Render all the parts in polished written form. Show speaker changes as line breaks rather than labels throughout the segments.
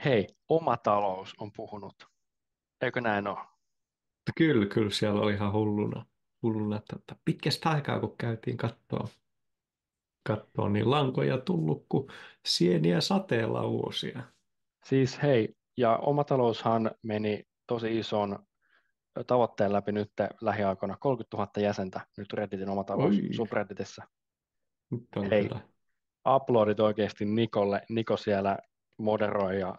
Hei, oma talous on puhunut. Eikö näin ole?
Kyllä, siellä oli ihan hulluna pitkästä aikaa, kun käytiin kattoon, niin lankoja tullut kuin sieniä sateella vuosia.
Siis hei, ja oma taloushan meni tosi ison tavoitteen läpi nyt lähiaikoina. 30 000 jäsentä nyt Redditin oma talous
Oi,
subredditissä.
nyt on
Hei,
kyllä.
uploadit oikeasti Nikolle. Niko siellä moderoi ja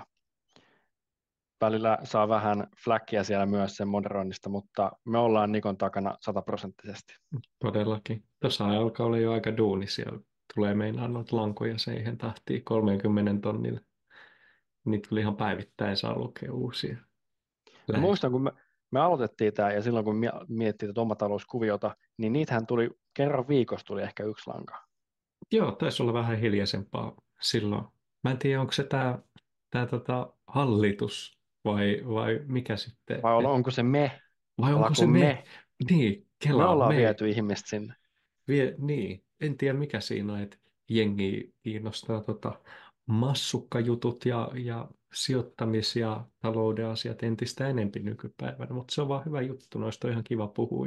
välillä saa vähän fläkkiä siellä myös sen moderoinnista, mutta me ollaan Nikon takana 100%.
Todellakin. Tuossa alkaa olla jo aika duuni siellä. Tulee meinaa noita lankoja siihen tahtiin 30 tonnille. Niitä tuli ihan päivittäin saa lukea uusia.
Mä
Lähes.
muistan, kun me aloitettiin tämä ja silloin kun miettii tätä omatalouskuviota, niin niitähän tuli kerran viikossa tuli ehkä yksi lanka.
Joo, taisi olla vähän hiljaisempaa silloin. Mä en tiedä, onko se tämä hallitus vai mikä sitten.
Vai onko se me?
Vai onko
Ollaanko
se me?
me?
Niin,
Me
kelaa,
ollaan
me.
viety ihmistä sinne.
Niin, en tiedä mikä siinä on, että jengi kiinnostaa massukkajutut ja sijoittamis- ja talouden asiat entistä enempi nykypäivänä, mutta se on vaan hyvä juttu, noista on ihan kiva puhua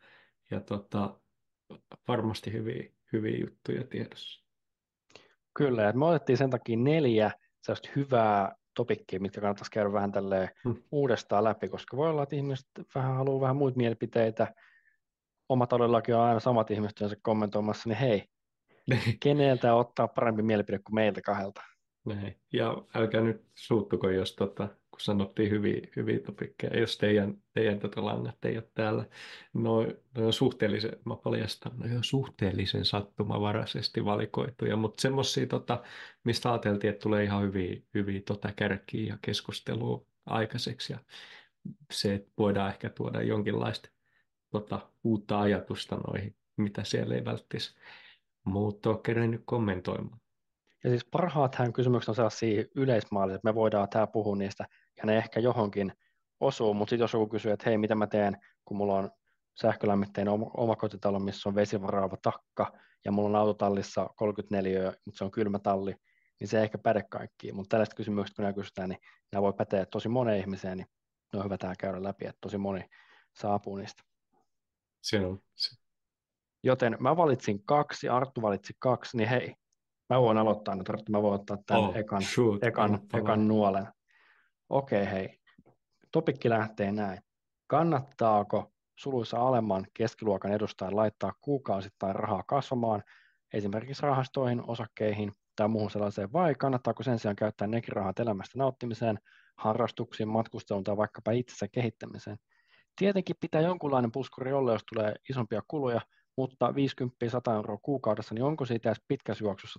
ja varmasti hyviä juttuja tiedossa.
Kyllä, ja me otettiin sen takia 4 sellaista hyvää topikkia, mitkä kannattaisi käydä vähän tälleen
Hmm.
uudestaan läpi, koska voi olla, että ihmiset vähän haluaa vähän muita mielipiteitä. Omataloudellakin on aina samat ihmiset yleensä kommentoimassa, niin hei, keneltä ottaa parempi mielipide kuin meiltä kahdelta?
Näin. Ja älkää nyt suuttuko, jos kun sanottiin hyviä topikkeja, jos teidän langat ei ole täällä. No on suhteellisen, mä paljastan, ne on suhteellisen sattumavaraisesti valikoituja, mutta semmoisia, mistä ajateltiin, että tulee ihan hyviä kärkiä ja keskustelua aikaiseksi. Ja se, että voidaan ehkä tuoda jonkinlaista uutta ajatusta noihin, mitä siellä ei välttis muut ole kerennyt kommentoimaan.
Ja siis parhaathan kysymykset on sellaisia yleismaallisia, että me voidaan täällä puhua niistä, ja ne ehkä johonkin osuu, mutta sitten jos joku kysyy, että hei, mitä mä teen, kun mulla on sähkölämmitteinen omakotitalo, missä on vesivaraava takka, ja mulla on autotallissa 34, mutta se on kylmä talli, niin se ei ehkä päde kaikkiin. Mutta tällaiset kysymykset, kun nämä kysytään, niin nämä voi päteä tosi moneen ihmiseen, niin ne on hyvä täällä käydä läpi, että tosi moni saa apua niistä.
Se on, se,
Joten mä valitsin 2, Arttu valitsi 2, niin hei, mä voin aloittaa nyt, mä voin ottaa tämän
shoot, anna palaa.
ekan nuolen. Okei, hei. Topikki lähtee näin. Kannattaako suluissa alemman keskiluokan edustajan laittaa kuukausittain rahaa kasvamaan, esimerkiksi rahastoihin, osakkeihin tai muuhun sellaiseen, vai kannattaako sen sijaan käyttää nekin rahat elämästä nauttimiseen, harrastuksiin, matkusteluun tai vaikkapa itsensä kehittämiseen? Tietenkin pitää jonkunlainen puskuri olla, jos tulee isompia kuluja, mutta 50-100 euroa kuukaudessa, niin onko siitä edes pitkässä juoksussa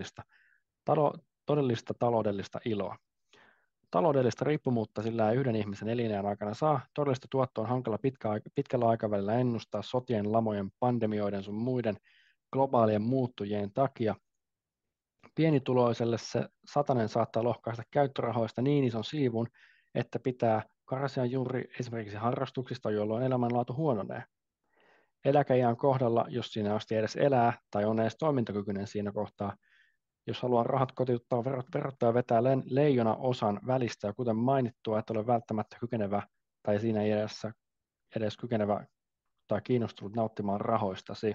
todellista taloudellista iloa? Taloudellista riippumuutta sillä ei yhden ihmisen elinjään aikana saa. Todellista tuottoa on hankala pitkällä aikavälillä ennustaa sotien, lamojen, pandemioiden sun muiden globaalien muuttujien takia. Pienituloiselle se satanen saattaa lohkaista käyttörahoista niin ison siivun, että pitää karsia juuri esimerkiksi harrastuksista, jolloin elämänlaatu huononee. Eläkeiän kohdalla, jos siinä asti edes elää tai on edes toimintakykyinen siinä kohtaa, jos haluaa rahat kotiuttaa verottaja vetää leijona osan välistä, ja kuten mainittua, että ole välttämättä kykenevä tai siinä ei edes kykenevä tai kiinnostunut nauttimaan rahoistasi.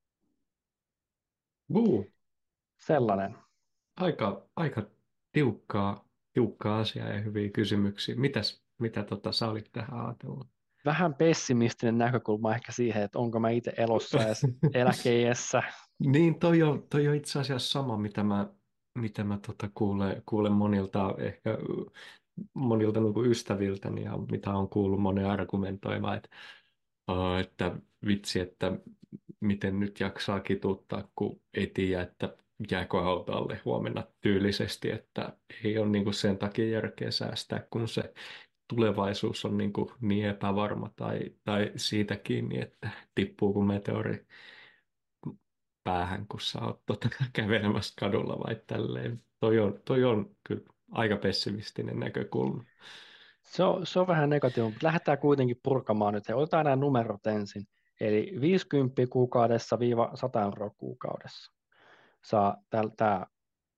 Buu,
Sellainen.
aika tiukkaa asiaa ja hyviä kysymyksiä. Mitä sä olit tähän ajatellut?
Vähän pessimistinen näkökulma ehkä siihen, että onko mä itse elossa edes eläkeiässä.
Niin, toi on itse asiassa sama, mitä mä kuulen ehkä monilta niin kuin ystäviltäni ja mitä on kuullut monen argumentoiva, että vitsi, että miten nyt jaksaa kituttaa, kun ei tiedä, että jääkö auto alle huomenna tyylisesti, että ei ole niin kuin sen takia järkeä säästää, kun se tulevaisuus on niin epävarma tai siitä kiinni, että tippuu kuin meteori päähän, kun sä oot kävelemässä kadulla vai tälleen. Toi on kyllä aika pessimistinen näkökulma.
Se on vähän negatiivinen, mutta lähdetään kuitenkin purkamaan nyt. Otetaan nämä numerot ensin. Eli 50 kuukaudessa viiva 100 euroa kuukaudessa saa tämä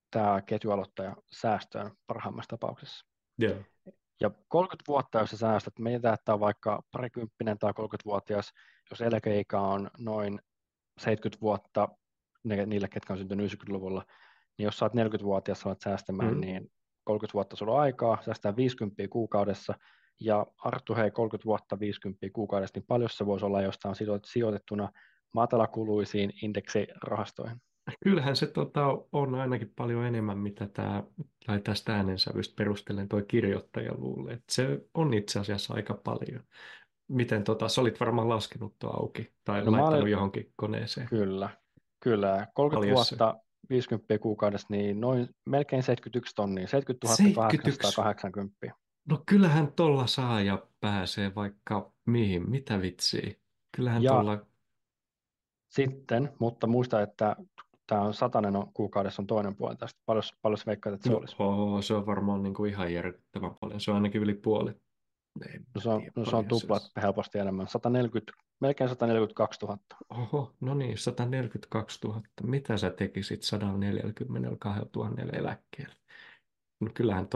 tämä ketjualoittaja säästöön parhaimmassa tapauksessa.
Joo.
Ja 30 vuotta, jos sä säästät, mietitään, että on vaikka parikymppinen tai 30-vuotias, jos eläkeikä on noin 70 vuotta niille, ketkä on syntynyt 90-luvulla, niin jos sä oot 40-vuotias, sä alat säästämään,
Mm.
niin 30 vuotta sulla on aikaa, säästää 50 kuukaudessa, ja Arttu, hei, 30 vuotta 50 kuukaudessa, niin paljon se voisi olla, jos tämä on sijoitettuna matalakuluisiin indeksirahastoihin.
Kyllähän se on ainakin paljon enemmän, mitä tämä, tai tästä äänensävystä perustellen tuo kirjoittaja luulee. Että se on itse asiassa aika paljon. Miten sä olit varmaan laskenut tuo auki tai
No mä olin,
laittanut johonkin koneeseen.
kyllä, kyllä, 30
Paljon se?
vuotta 50 kuukaudessa, niin noin melkein 71 tonnia, 70
71.
880.
No kyllähän tolla saa ja pääsee vaikka mihin, mitä vitsiä. Kyllähän
Ja
tolla,
sitten, mutta muista, että tämä on satanen on kuukaudessa on toinen puoli tästä. Paljon sä veikkaat, että se
no
olisi?
se on varmaan niin kuin ihan järkyttävän paljon. Se on ainakin yli puolet. En
No
mä
se on,
tiedä,
no se on
paljon se on.
tuplat helposti enemmän. 140, melkein 142 000.
Oho, no niin, 142 000. Mitä sä tekisit 142 000 eläkkeellä? No kyllähän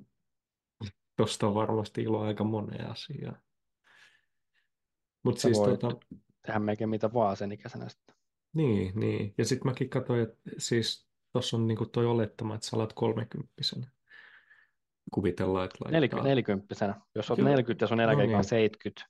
tosta on varmasti ilo aika moneen asiaan. Mutta
Sä
siis
voit tehdä melkein mitä vaan sen ikäisenä sitten.
niin, niin. Ja sitten mäkin katsoin, että siis tuossa on niinku toi olettama, että sä alat 30-vuotiaana. Kuvitellaan, että laittaa.
40. Jos olet
Joo,
40 ja sun
no
eläkeikä on
niin.
70,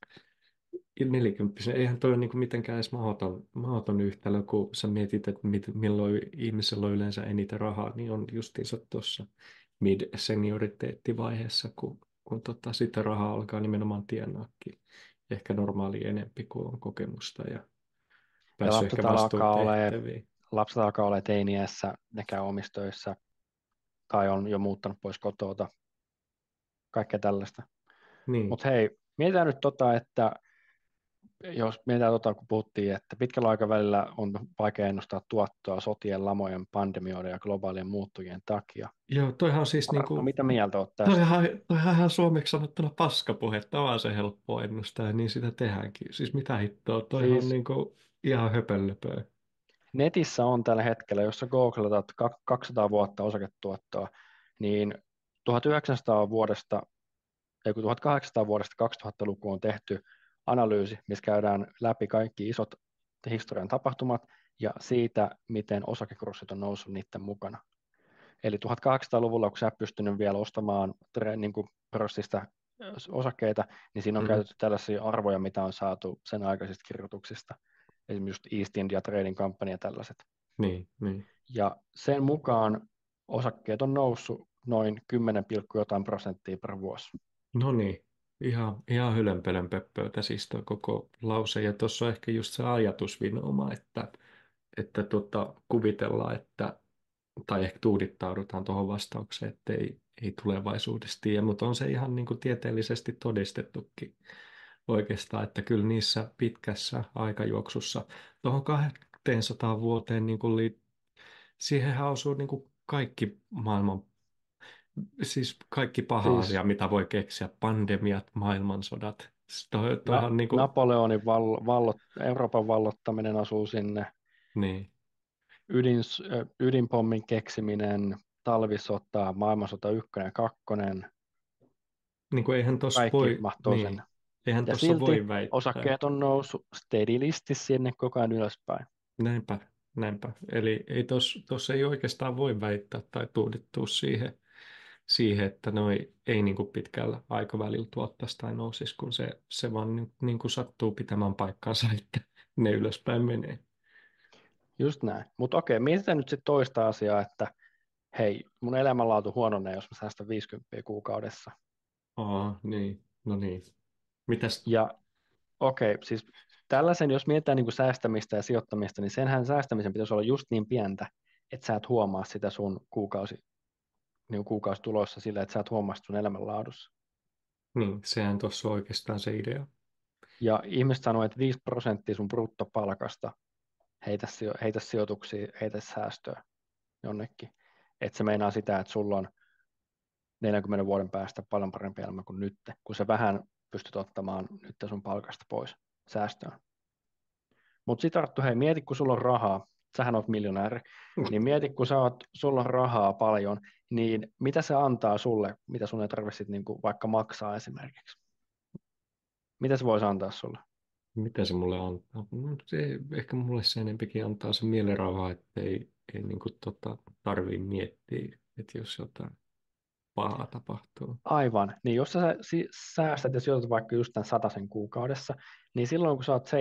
40. Eihän toi ole niinku mitenkään edes mahdoton yhtälö, kun sä mietit, että milloin ihmisellä on yleensä eniten rahaa, niin on justiinsa tuossa mid-senioriteettivaiheessa, kun sitä rahaa alkaa nimenomaan tienaakin. Ehkä normaali enempi, kuin on kokemusta ja
ja
päässyt ehkä vastuutehtäviin.
lapset alkaa olemaan teiniässä, ne käy omissa töissä tai on jo muuttanut pois kotota, kaikkea tällaista.
Niin.
Mutta hei, mietitään nyt että jos mietitään kun puhuttiin, että pitkällä aikavälillä on vaikea ennustaa tuottoa sotien, lamojen, pandemioiden ja globaalien muuttujien takia.
Joo, toihan on siis
Arto,
niinku,
mitä mieltä olet tästä?
toihan ihan suomeksi sanottuna paskapuhetta, vaan se helppo ennustaa, ja niin sitä tehdäänkin. Siis mitä hittoa, toihan on
Siis
niinku ihan höpönlöpöä.
netissä on tällä hetkellä, jos sä googletat 200 vuotta osaketuottoa, niin 1900 vuodesta, ei kun 1800 vuodesta 2000-lukuun on tehty analyysi, missä käydään läpi kaikki isot historian tapahtumat ja siitä, miten osakekurssit on noussut niiden mukana. Eli 1800-luvulla, kun sä et pystynyt vielä ostamaan niin kuin pörssistä osakkeita, niin siinä on
Mm,
käytetty tällaisia arvoja, mitä on saatu sen aikaisista kirjoituksista. Esimerkiksi just East India Trading Company ja tällaiset.
niin, niin.
Ja sen mukaan osakkeet on noussut noin 10, jotain prosenttia per vuosi.
No niin, ihan hölönpölön pöppöitä siis tuo koko lause. Ja tuossa on ehkä just se ajatusvinooma, että kuvitellaan, että, tai ehkä tuudittaudutaan tuohon vastaukseen, että ei tulevaisuudessa tiedä, mutta on se ihan niin kuin tieteellisesti todistettukin oikeastaan, että kyllä niissä pitkässä aikajuoksussa tuohon 200 vuoteen niin kuin siihenhän osuu niin kuin kaikki maailman, siis kaikki paha
Siis
asia, mitä voi keksiä, pandemiat, maailmansodat. Toihan niin kuin,
Napoleonin Euroopan vallottaminen asuu sinne,
niin,
ydinpommin keksiminen, talvisota, maailmansota 1 ja 2,
niin kuin eihän tuossa
kaikki
voi,
mahtuu sinne.
niin, eihän
Ja
tuossa
silti
voi väittää.
osakkeet on noussut steadilisti sinne koko ajan ylöspäin.
Näinpä, näinpä. Eli ei tuossa ei oikeastaan voi väittää tai tuudittua siihen, että noi ei niin kuin pitkällä aikavälillä tuottaisi tai nousisi, kun se vaan niin kuin sattuu pitämään paikkaansa, että ne ylöspäin menee.
Just näin. Mutta okei, mietitään nyt sitten toista asiaa, että hei, mun elämänlaatu huononee, jos mä säästän 50 kuukaudessa.
Niin, no niin. Mitäs?
Ja okei, siis tällaisen, jos mietitään niin kuin säästämistä ja sijoittamista, niin senhän säästämisen pitäisi olla just niin pientä, että sä et huomaa sitä sun niin kuin kuukausituloissa sillä, että sä et huomaa sitä sun elämänlaadussa.
Niin, sehän tuossa on oikeastaan se idea.
Ja ihmiset sanoo, että 5% sun bruttopalkasta heitä sijoituksia, heitä säästöä jonnekin. Että se meinaa sitä, että sulla on 40 vuoden päästä paljon parempi elämä kuin nyt, kun sä vähän pystyt ottamaan nyt sun palkasta pois säästöön. Mutta sitten Arttu, hei, mieti, kun sulla on rahaa sähän oot miljonääri, niin mieti, kun sulla on rahaa paljon, niin mitä se antaa sulle, mitä sun ei tarvitse niin kuin vaikka maksaa esimerkiksi? Mitä se voisi antaa sulle?
Mitä se mulle antaa? No, se, ehkä mulle se enempikin antaa se mielenrauha, että ei niin kuin, tarvii miettiä, että jos jotain pahaa tapahtuu.
Aivan. Niin jos sä säästät ja sijoitat vaikka just tämän 100 kuukaudessa, niin silloin kun sä oot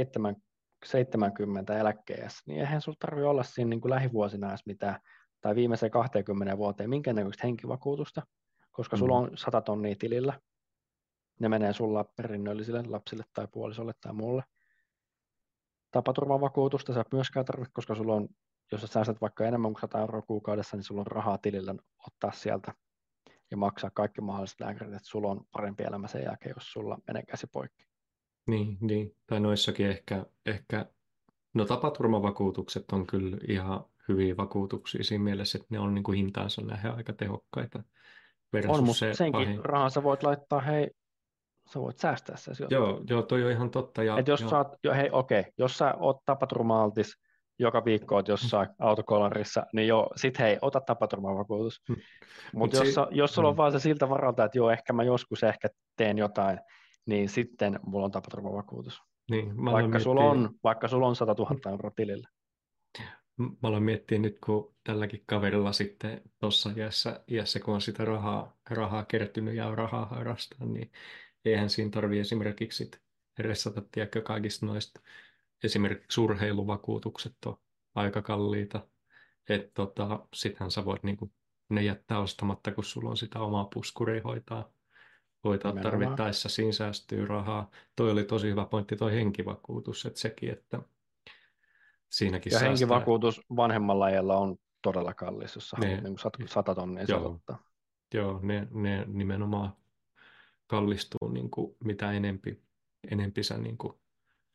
70 eläkkeessä, niin eihän sulla tarvitse olla siinä niin kuin lähivuosina edes mitään, tai viimeiseen 20 vuoteen minkäännäköistä henkivakuutusta, koska sulla
Mm.
on 100 tonnia tilillä. Ne menee sulla perinnöllisille lapsille tai puolisolle tai muulle. Tapaturmavakuutusta sä et myöskään tarvitse, koska sulla on, jos sä säästät vaikka enemmän kuin 100 euroa kuukaudessa, niin sulla on rahaa tilillä ottaa sieltä ja maksaa kaikki mahdolliset lääkärit, että sulla on parempi elämä sen jälkeen, jos sulla menee käsi poikki.
Niin. Tai noissakin ehkä, no tapaturmavakuutukset on kyllä ihan hyviä vakuutuksia siinä mielessä, että ne on niin kuin hintaansa nähden aika tehokkaita
On,
versus
mutta
se
senkin
pahin.
rahan sä voit laittaa, hei, sä voit säästää se ja sijoittaa.
Joo, toi on ihan totta.
Et jos sä oot, hei, okei, jos sä oot tapaturma-altis, joka viikko oot jossain autokolarissa, niin joo, sit hei, ota tapaturmavakuutus. Mutta
Mut
jos sulla on vaan se siltä varalta, että joo, ehkä mä joskus ehkä teen jotain, niin sitten mulla on tapaturmavakuutus.
niin,
Vaikka sulla on 100 000 euroa tilillä.
mä aloin miettiä nyt, kun tälläkin kaverilla sitten tuossa iässä, kun on sitä rahaa kertynyt ja on rahaa harrastaa, niin eihän siinä tarvitse esimerkiksi sit ressata, tiedätkö, kaikista noista. Esimerkiksi urheiluvakuutukset on aika kalliita. Että sittenhän sä voit niinku ne jättää ostamatta, kun sulla on sitä omaa puskuria hoitaa
Nimenomaan.
tarvittaessa, siinä säästyy rahaa. Toi oli tosi hyvä pointti, toi henkivakuutus, että sekin, että siinäkin
Ja
säästää.
henkivakuutus vanhemmalla iällä on todella kallis, jos sä haluat
Ne,
niin 100 tonnia sieltä
joo,
ottaa.
joo, ne nimenomaan kallistuu niin kuin mitä enempi sä niin kuin,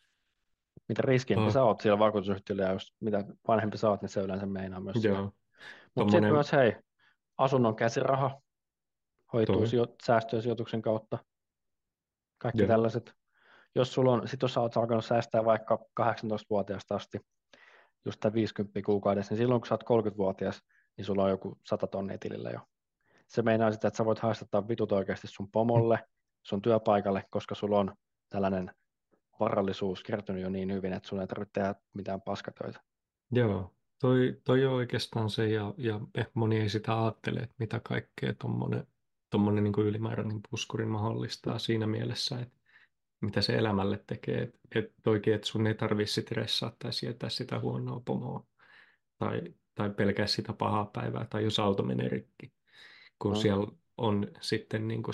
Mitä riskiempi
oh,
sä oot siellä vakuutusyhtiöllä ja just mitä vanhempi sä oot, niin se yleensä meinaa myös sitä.
joo,
Mutta sitten
tommonen,
myös, hei, asunnon käsiraha hoituu
toi,
säästö- ja sijoituksen kautta. Kaikki
joo,
tällaiset. Jos sä oot alkanut säästää vaikka 18-vuotiaasta asti, just tämän 50 kuukaudessa, niin silloin kun sä oot 30-vuotias, niin sulla on joku 100 tonnia tilillä jo. Se meinaa sitä, että sä voit haistattaa vitut oikeasti sun pomolle, sun työpaikalle, koska sulla on tällainen varallisuus kertynyt jo niin hyvin, että sun ei tarvitse tehdä mitään paskatöitä.
joo. Toi on oikeastaan se, ja ehkä moni ei sitä ajattele, että mitä kaikkea tommonen niin kuin ylimääräinen puskuri mahdollistaa siinä mielessä, että mitä se elämälle tekee. Että oikein, että sun ei tarvitse stressaa tai sietää sitä huonoa pomoa tai pelkää sitä pahaa päivää tai jos auto menee rikki, kun
Mm.
siellä on sitten niin kuin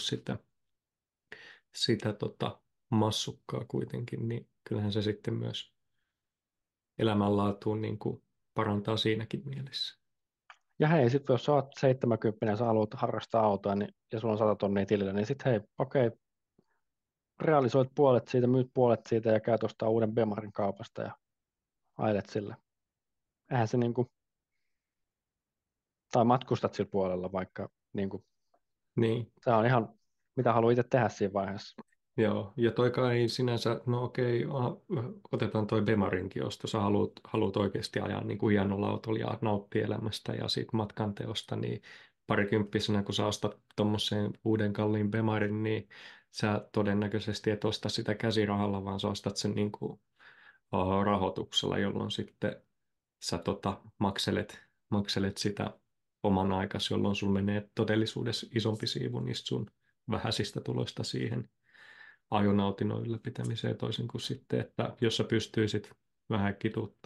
sitä massukkaa kuitenkin, niin kyllähän se sitten myös elämänlaatuun niin kuin parantaa siinäkin mielessä.
Ja hei, sitten jos sä oot 70 ja sä haluat harrastaa autoa niin, ja sulla on 100 tonnia tilillä, niin sitten hei, okei, realisoit puolet siitä, myyt puolet siitä ja käyt ostaa uuden Bemarin kaupasta ja ailet sillä. Eihän se niinku, tai matkustat sillä puolella, vaikka niinku,
Niin,
se on ihan, mitä haluaa itse tehdä siinä vaiheessa.
joo. Ja toikaan ei sinänsä, no okei, otetaan toi Bemarinkin, jos sä haluat oikeasti ajaa niin kuin hienolla autolla ja nauttia elämästä ja siitä matkan teosta, niin parikymppisenä, kun sä ostat tuommoisen uuden kalliin Bemarin, niin sä todennäköisesti et osta sitä käsirahalla, vaan sä ostat sen niin kuin rahoituksella, jolloin sitten sä makselet sitä oman aikas, jolloin sun menee todellisuudessa isompi siivu niistä sun vähäisistä tuloista siihen ajonautinnon ylläpitämiseen toisin kuin sitten, että jos sä pystyisit vähän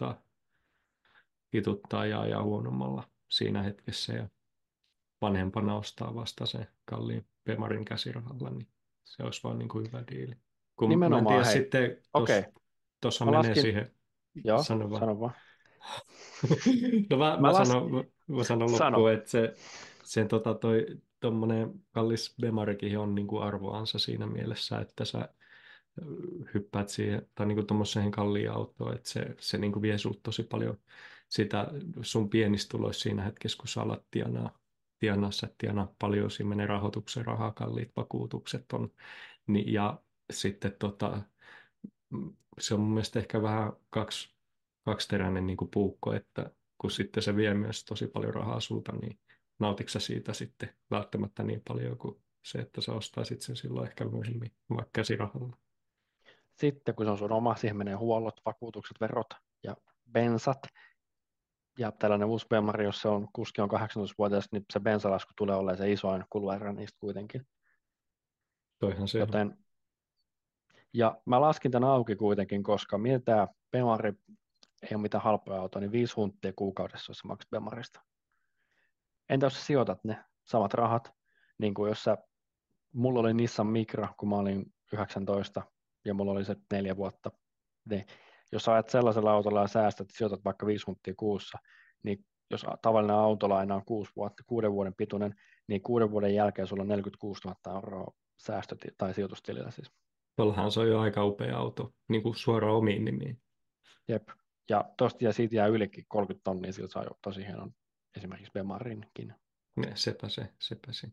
kituttaa ja ajaa huonommalla siinä hetkessä ja vanhempana ostaa vasta se kalliin Bemarin käsirahalla, niin se olisi vaan niin kuin hyvä diili. Kun mä en tiedä
Nimenomaan, hei,
sitten,
okei,
tuossa
mä
menee
laskin,
siihen,
joo,
sano vaan.
sano vaan.
No
Mä las,
mä sanon loppuun,
sano,
että sen tommonen kallis Bemarikin on niinku arvoansa siinä mielessä, että sä hyppäät siihen, tai niinku tommoseen kalliin autoon, että se niinku vie sulta tosi paljon sitä sun pienistä tuloista siinä hetkessä, kun sä alat sä et tienaa paljon, siinä menee rahoituksen rahaa, kalliit vakuutukset on, ja sitten se on mun mielestä ehkä vähän kaksiteräinen niin kuin puukko, että kun sitten se vie myös tosi paljon rahaa sulta, niin nautitko sä siitä sitten välttämättä niin paljon kuin se, että sä ostaisit sen silloin ehkä myöhemmin vaikka käsirahalla.
Sitten kun se on sun oma, siihen menee huollot, vakuutukset, verot ja bensat. Ja tällainen uusi Bemari, jos se on, kuski on 18-vuotias, niin se bensalasku tulee olemaan se isoin kuluerä niistä kuitenkin.
Toihan se on.
Joten, ja mä laskin tämän auki kuitenkin, koska mietitään, Bemari ei ole mitään halpoja autoja, niin 5 hunttia kuukaudessa, jos sä maksat Bemarista. Entä jos sä sijoitat ne samat rahat, niin kuin jos sä, mulla oli Nissan Micra, kun mä olin 19, ja mulla oli se 4 vuotta. Niin, jos sä ajat sellaisella autolla ja säästät, että sijoitat vaikka 5 hunttia kuussa, niin jos tavallinen autolaina on 6 vuotta, 6 vuoden pituinen, niin 6 vuoden jälkeen sulla on 46 000 euroa tai sijoitustilillä siis.
Tuollahan se on jo aika upea auto, niin kuin suoraan omiin nimiin.
Jep. Ja tosta ja siitä jää ylikin 30 tonnia, sillä saa jo tosi hienon esimerkiksi Bemarinkin.
Sepä se, sepä se.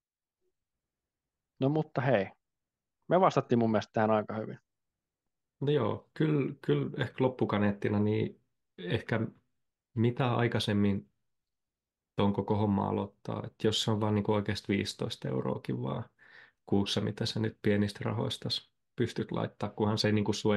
No mutta hei, me vastattiin mun mielestä tähän aika hyvin.
No joo, kyllä ehkä loppukaneettina, niin ehkä mitä aikaisemmin tuon koko homma aloittaa. Että jos se on vaan niin kuin oikeasti 15 euroakin vaan kuussa, mitä sä nyt pienistä rahoista pystyt laittaa, kunhan se ei niin kuin sun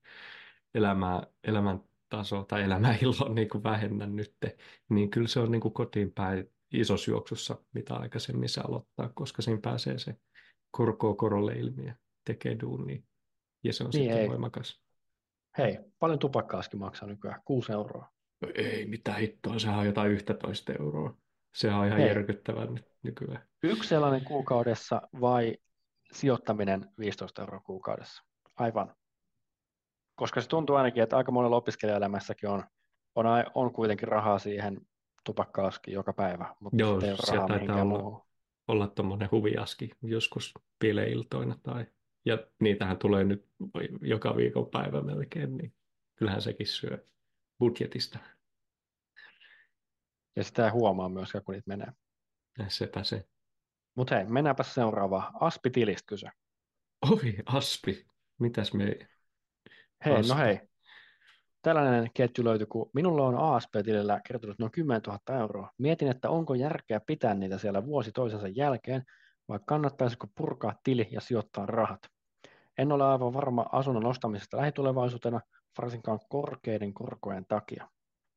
elämän taso tai elämänilon niin kuin vähennä nyt, niin kyllä se on niin kuin kotiin päin isossa juoksussa, mitä aikaisemmin se aloittaa, koska siinä pääsee se korkoa korolle ilmiö, tekee duunia ja se on
Niin
sitten
ei.
voimakas.
Hei, paljon tupakkaaskin maksaa nykyään? 6 euroa.
No ei mitään hittoa, sehän on jotain 11 euroa. Sehän on ihan
Hei,
järkyttävän nyt nykyään.
yksi sellainen kuukaudessa vai sijoittaminen 15 euroa kuukaudessa? Aivan. Koska se tuntuu ainakin, että aika monella opiskelijaelämässäkin on kuitenkin rahaa siihen tupakkaaskiin joka päivä, mutta
Joo,
sitten ei ole
se
rahaa
taitaa
mihinkään muuhun.
olla tuommoinen huviaski joskus bileiltoina ja niitähän tulee nyt joka viikon päivä melkein, niin kyllähän sekin syö budjetista.
Ja sitä ei huomaa myöskään, kun niitä menee.
Sepä se.
Mutta hei, mennäänpä seuraavaan. Aspi-tilistä kyse.
Oi, Aspi. Mitäs me
Hei, no
Aspi?
hei. Tällainen ketju löytyi, kun minulla on ASP-tilillä kertynyt noin 10 000 euroa. Mietin, että onko järkeä pitää niitä siellä vuosi toisensa jälkeen, vai kannattaisiko purkaa tili ja sijoittaa rahat. En ole aivan varma asunnon ostamisesta lähitulevaisuutena, varsinkaan korkeiden korkojen takia.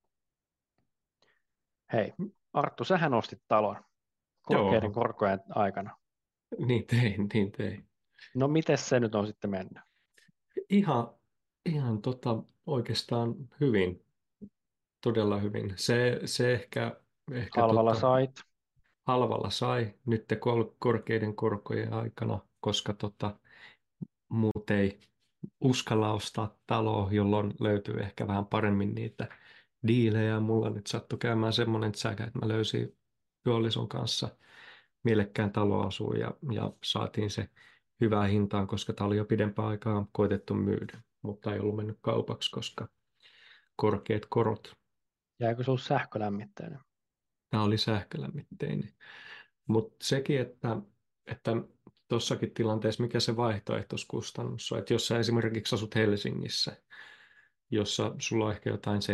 Hei, Arttu, sähän ostit talon korkeiden
Joo,
korkojen aikana.
niin tein, niin tein.
No miten se nyt on sitten mennyt?
Ihan, ihan oikeastaan hyvin, todella hyvin. Se ehkä
Halvalla sait.
halvalla sai nyt korkeiden korkojen aikana, koska muut ei uskalla ostaa taloa, jolloin löytyy ehkä vähän paremmin niitä diilejä. Mulla nyt sattui käymään semmoinen säkä, että mä löysin puolison kanssa mielekkään taloasuun ja saatiin se hyvään hintaan, koska tämä oli jo pidempään aikaa koetettu myydä, mutta ei ollut mennyt kaupaksi, koska korkeat korot.
Jääkö sinulla sähkölämmitteinen?
Tämä oli sähkölämmitteinen. Mutta sekin, että tuossakin tilanteessa, mikä se vaihtoehtoiskustannus on, että jos sä esimerkiksi asut Helsingissä, jossa sulla on ehkä jotain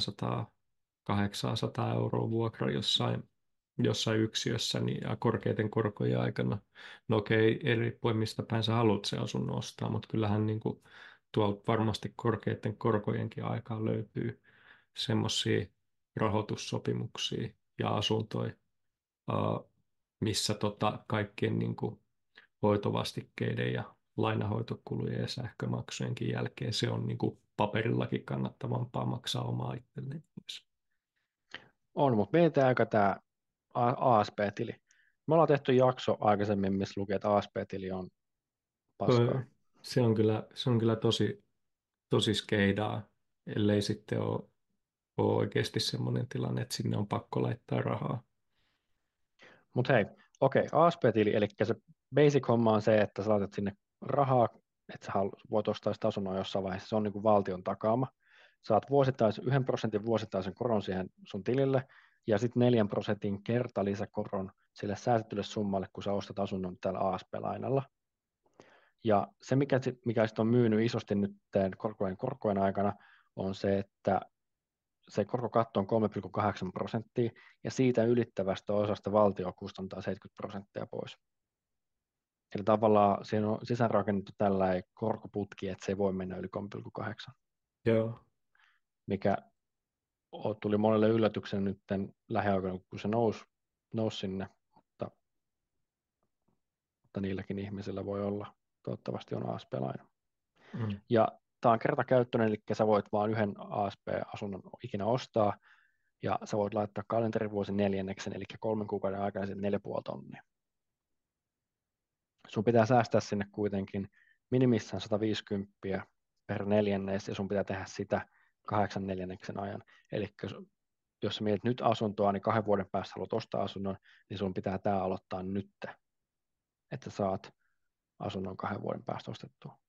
700-800 euroa vuokra jossain yksiössä niin, ja korkeiden korkojen aikana. No okei, eri riippuen mistä päin sä haluat se asunnon ostaa, mutta kyllähän niin kuin, tuolta varmasti korkeiden korkojenkin aikaan löytyy semmoisia rahoitussopimuksia ja asuntoja, missä kaikkien niin kuin, hoitovastikkeiden ja lainahoitokulujen ja sähkömaksujenkin jälkeen se on niin kuin paperillakin kannattavampaa maksaa omaa itselleen myös.
On, mutta mietitään aika tämä ASP-tili. Me ollaan tehty jakso aikaisemmin, missä lukee, että ASP-tili on paskaa.
Öö, se on kyllä tosi skeidaa, ellei sitten ole oikeasti semmoinen tilanne, että sinne on pakko laittaa rahaa.
Mutta hei, okei, ASP-tili, eli se basic-homma on se, että sä laitat sinne rahaa, että sä voit ostaa sitä asunnoa jossain vaiheessa. Se on niin kuin valtion takaama. Saat 1% vuosittaisen koron siihen sun tilille, ja sitten 4% kertalisäkoron sille säästetylle summalle, kun sä ostat asunnon tällä ASP-lainalla. Ja se, mikä sit on myynyt isosti nyt korkojen aikana, on se, että se korkokatto on 3,8%, ja siitä ylittävästä osasta valtio kustantaa 70% pois. Eli tavallaan siinä on sisäänrakennettu tällainen korkoputki, että se ei voi mennä yli 3,8,
Joo.
mikä tuli monelle yllätyksen nyt lähiaikoina, kun se nousi sinne, mutta niilläkin ihmisillä voi olla, toivottavasti on ASP-laina.
Mm.
Ja tämä on kertakäyttöinen, eli sä voit vain yhden ASP-asunnon ikinä ostaa, ja sä voit laittaa kalenterivuosin neljänneksen, eli 3 kuukauden aikana sitten 4,5 tonnia. Sun pitää säästää sinne kuitenkin minimissään 150 per neljännes, ja sun pitää tehdä sitä 8 neljänneksen ajan. Eli jos sä mietit nyt asuntoa, niin 2 vuoden päästä haluat ostaa asunnon, niin sun pitää tämä aloittaa nyt, että saat asunnon 2 vuoden päästä ostettua.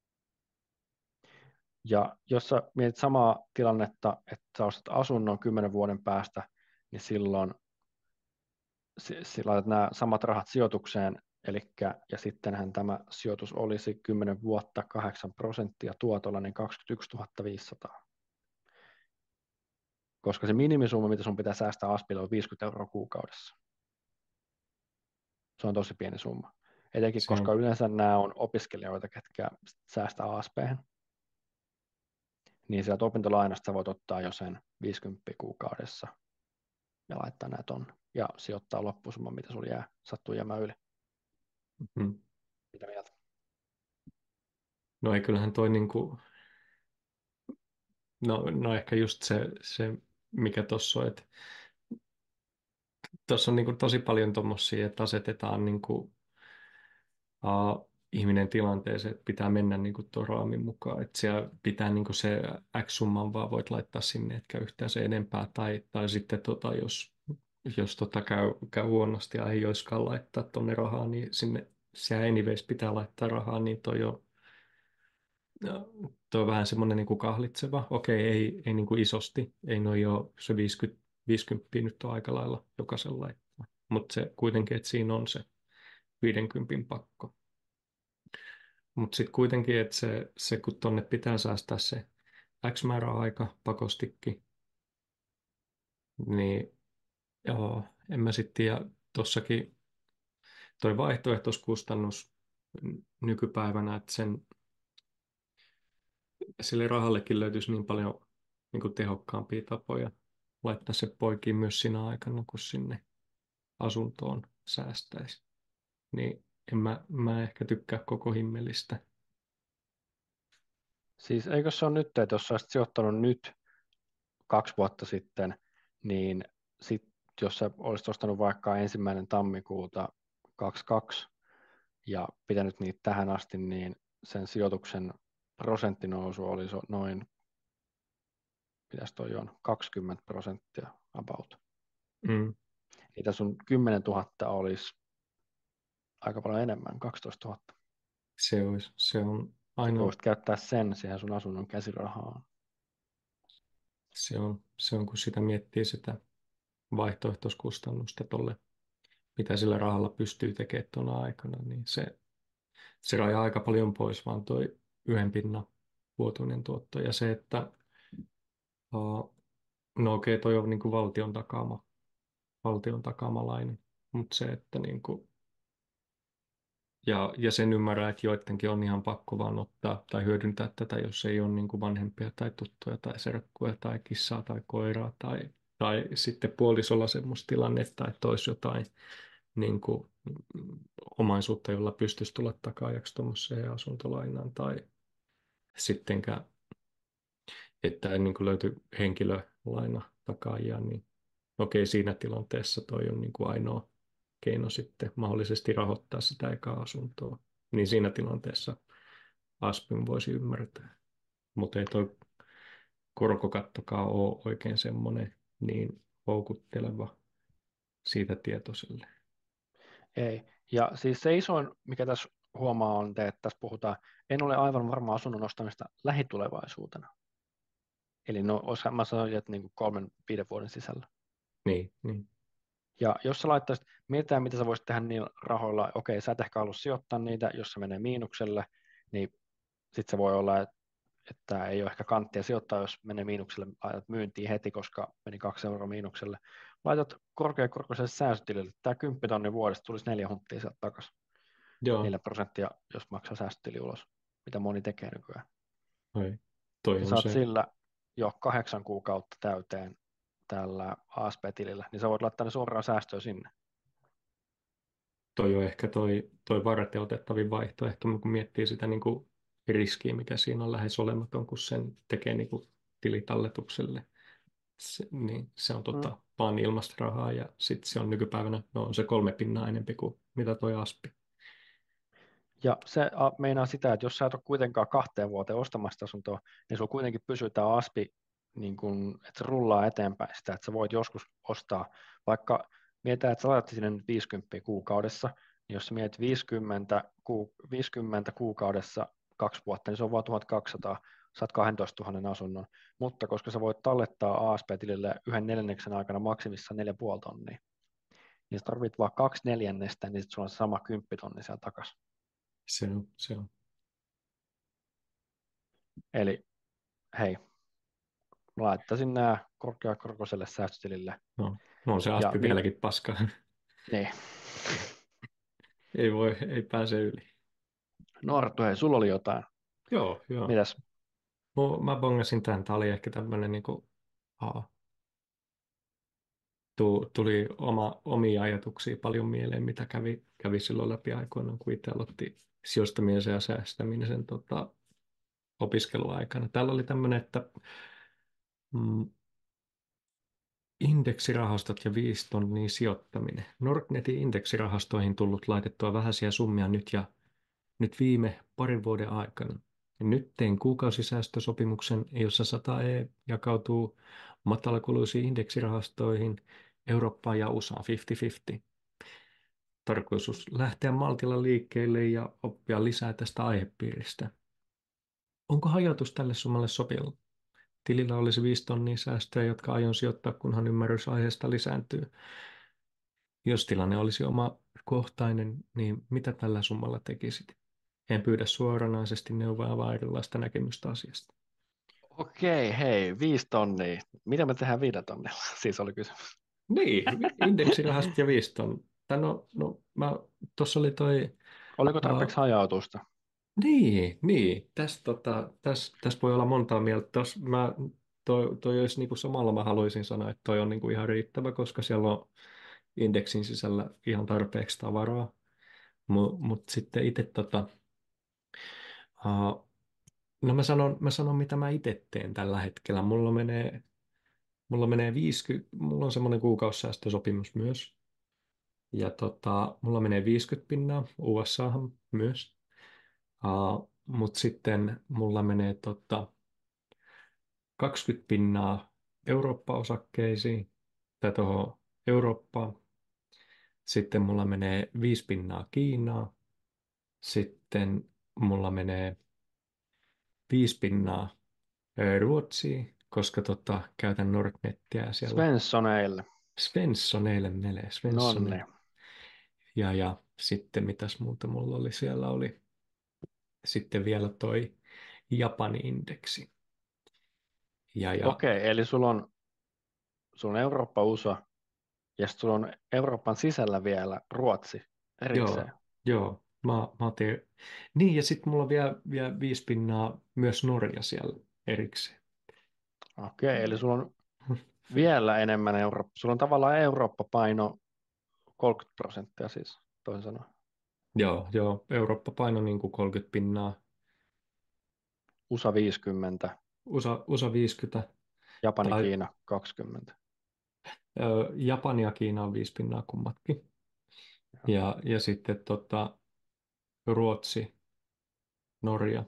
Ja jos sä mietit samaa tilannetta, että sä ostat asunnon 10 vuoden päästä, niin silloin laitat nämä samat rahat sijoitukseen, ja sittenhän tämä sijoitus olisi 10 vuotta 8% tuotolla, niin 21 500. Koska se minimisumma, mitä sun pitää säästää aspille, on 50 € kuukaudessa. Se on tosi pieni summa. Etenkin,
Se
koska
on,
yleensä nämä on opiskelijoita, ketkä säästää aspeen, niin sieltä opintolainasta sä voit ottaa jo sen 50 kuukaudessa ja laittaa näitä tonne ja sijoittaa loppusumman, mitä sulla sattuu jäämään yli.
mm.
Mitä mieltä?
No ei kyllähän toi niinku, no ehkä just se mikä tuossa on, että tuossa on niinku tosi paljon tommosia, että asetetaan niinku, ihminen tilanteeseen, että pitää mennä niinku tuon raamin mukaan, että siellä pitää niinku se X-summan vaan voit laittaa sinne, etkä yhtään se enempää, tai sitten jos käy huonosti ja ei olisikaan laittaa tuonne rahaa, niin sinne siellä anyways pitää laittaa rahaa, niin toi on vähän semmoinen niin kuin kahlitseva. Okei, ei niin kuin isosti. Ei noin jo se 50 nyt on aika lailla jokaisella laittaa. Mutta se kuitenkin, että siinä on se 50 pakko. Mutta sitten kuitenkin, että se kun tonne pitää säästää se X määrä aika pakostikin, niin joo, en mä sitten tiedä. Tossakin toi vaihtoehtoiskustannus nykypäivänä, että sille rahallekin löytyisi niin paljon niin kuin tehokkaampia tapoja laittaa se poikiin myös sinä aikana, kun sinne asuntoon säästäisi. Niin mä ehkä tykkää koko himmelistä.
Siis eikö se ole nyt, että jos sä olisit sijoittanut nyt 2 vuotta sitten, niin sit, jos sä olisit ostanut vaikka 1. tammikuuta 22 ja pitänyt niitä tähän asti, niin sen sijoituksen prosenttinousu olisi noin, mitäs toi on, 20% about.
Mm,
Niitä sun 10 000 olisi aika paljon enemmän, 12 000.
se on
Sitten
ainoa,
voisit käyttää sen siihen sun asunnon käsirahaan.
se on kun sitä miettii sitä vaihtoehtoiskustannusta tolle, mitä sillä rahalla pystyy tekemään tuona aikana, niin se rajaa aika paljon pois, vaan toi 1 pinnan vuotuinen tuotto. Ja se, että no okei, toi on niin kuin valtion takaama laina, mutta se, että niin kuin, ja sen ymmärrän, että joidenkin on ihan pakko vaan ottaa tai hyödyntää tätä, jos ei ole niin kuin vanhempia tai tuttuja tai serkkuja tai kissaa tai koiraa tai sitten puolisolla semmoista tilannetta, että olisi jotain niin kuin, omaisuutta, jolla pystyisi tulla takaajaksi tuommoiseen asuntolainaan tai sittenkään, että ei niin kuin löyty henkilölaina takaajia, niin okei, siinä tilanteessa toi on niin kuin ainoa keino sitten mahdollisesti rahoittaa sitä ekaa asuntoa. Niin siinä tilanteessa Aspin voisi ymmärtää. Mutta ei toi korkokattokaan ole oikein semmoinen niin houkutteleva siitä tietoiselle.
Ei. Ja siis se isoin, mikä tässä huomaa on, että tässä puhutaan, en ole aivan varma asunnon ostamista lähitulevaisuutena. Eli no, mä sanoin, että niin 3-5 vuoden sisällä.
Niin.
Ja jos sä laittaisit, mietitään mitä sä voisit tehdä niillä rahoilla, okei, sä et ehkä halua sijoittaa niitä, jos se menee miinukselle, niin sitten se voi olla, että että ei ole ehkä kanttia sijoittaa, jos menee miinukselle, laitat myyntiin heti, koska meni 2 euroa miinukselle. Laitat korkeakorkoiselle säästötilille, tämä 10 000 vuodesta tulisi 4 hunttia sieltä takaisin.
Joo,
4%, jos maksaa säästötili ulos, mitä moni tekee nykyään.
oi. Toi
Ja
on
saat
se,
sillä jo 8 kuukautta täyteen tällä ASP-tilillä, niin sä voit laittaa ne suoraan säästöön sinne.
toi on ehkä toi varteutettavin vaihtoehto, kun miettii sitä niin kuin riskiä, mikä siinä on lähes olematon, kun sen tekee niin kuin tilitalletukselle. Niin se on
Mm.
vaan ilmasta rahaa ja sitten se on nykypäivänä, no on se 3 pinnaa enempi kuin mitä toi aspi.
Ja se meinaa sitä, että jos sä et ole kuitenkaan 2 vuoteen ostamassa asuntoa, niin sulla kuitenkin pysyy tämä aspi, niin kun, että se rullaa eteenpäin sitä, että sä voit joskus ostaa, vaikka mietitään, että sä laitat sinne nyt 50 kuukaudessa, niin jos sä mietit 50 kuukaudessa 2 vuotta, niin se on vain 1200, saat 12 000 asunnon, mutta koska sä voit tallettaa ASP-tilille 1/4 aikana maksimissaan 4,5 tonnia, niin sä tarvit vaan 2/4, niin sit sulla on se sama 10 000 siellä takaisin.
Se on.
Eli hei, mä laittaisin nämä korkeakorkoiselle säästötilille.
No on se
Ja
aspi vieläkin paska.
niin.
Ei pääse yli.
No Arttu, hei, sulla oli jotain.
Joo, joo.
Mitäs?
Mä bongasin tämän. Tämä oli ehkä tämmöinen niin kuin, tuli omia ajatuksia paljon mieleen, mitä kävi silloin läpi aikoinaan, kun itse aloitti sijoittamisen ja säästämisen opiskeluaikana. Täällä oli tämmöinen, että mm, indeksirahastot ja 5 tonnia sijoittaminen. Nordnetin indeksirahastoihin tullut laitettua vähäisiä summia nyt viime parin vuoden aikana. Ja nyt tein kuukausisäästösopimuksen, jossa 100 jakautuu matalakuluisiin indeksirahastoihin Eurooppaan ja USAan 50-50. Tarkoitus lähteä maltilla liikkeelle ja oppia lisää tästä aihepiiristä. Onko hajautus tälle summalle sopiva? Tilillä olisi 5 tonnia säästöjä, jotka aion sijoittaa, kunhan ymmärrys aiheesta lisääntyy. Jos tilanne olisi oma kohtainen, niin mitä tällä summalla tekisit? En pyydä suoranaisesti neuvoa, vaan erilaista näkemystä asiasta.
Okei, hei, 5 tonnia. Mitä me tehdään 5 tonnilla? Siis oli kysymys.
Niin, indeksirahasta ja 5 tonnia. Tuossa oli toi.
Oliko tarpeeksi
Uh,
hajautusta?
niin. Tässä voi olla montaa mieltä. Toi olisi niinku samalla mä haluaisin sanoa, että toi on niinku ihan riittävä, koska siellä on indeksin sisällä ihan tarpeeksi tavaraa. Mut sitten itse uh, no mä sanon, mitä mä itse teen tällä hetkellä. Mulla menee 50, mulla on semmoinen kuukausisäästösopimus myös. Ja mulla menee 50 pinnaa USAhan myös. Mutta sitten mulla menee 20 pinnaa Eurooppa-osakkeisiin tai tuohon Eurooppaan. Sitten mulla menee 5 pinnaa Kiinaa. Sitten mulla menee 5 pinnaa Ruotsiin, koska käytän Nordnettia ja siellä
Svenssoneille.
Svenssoneille menee.
Nonne.
Svenssoneille. Ja sitten mitäs muuta mulla oli? Siellä oli sitten vielä toi Japani-indeksi. Ja
Okei, eli sulla on Eurooppa, USA, ja sitten sulla on Euroopan sisällä vielä Ruotsi erikseen.
joo, mä otin. Niin, ja sitten mulla on vielä 5 pinnaa myös Norja siellä erikseen.
Okei, eli sulla on vielä enemmän Eurooppa. Sulla on tavallaan Eurooppa-paino 30% siis, toisin sanoen.
Joo, Eurooppa paino niin kuin 30 pinnaa,
USA 50,
USA 50,
Japani,
tai
Kiina 20.
Japani ja Kiina on 5 pinnaa kummatkin.
Joo.
Ja sitten Ruotsi, Norja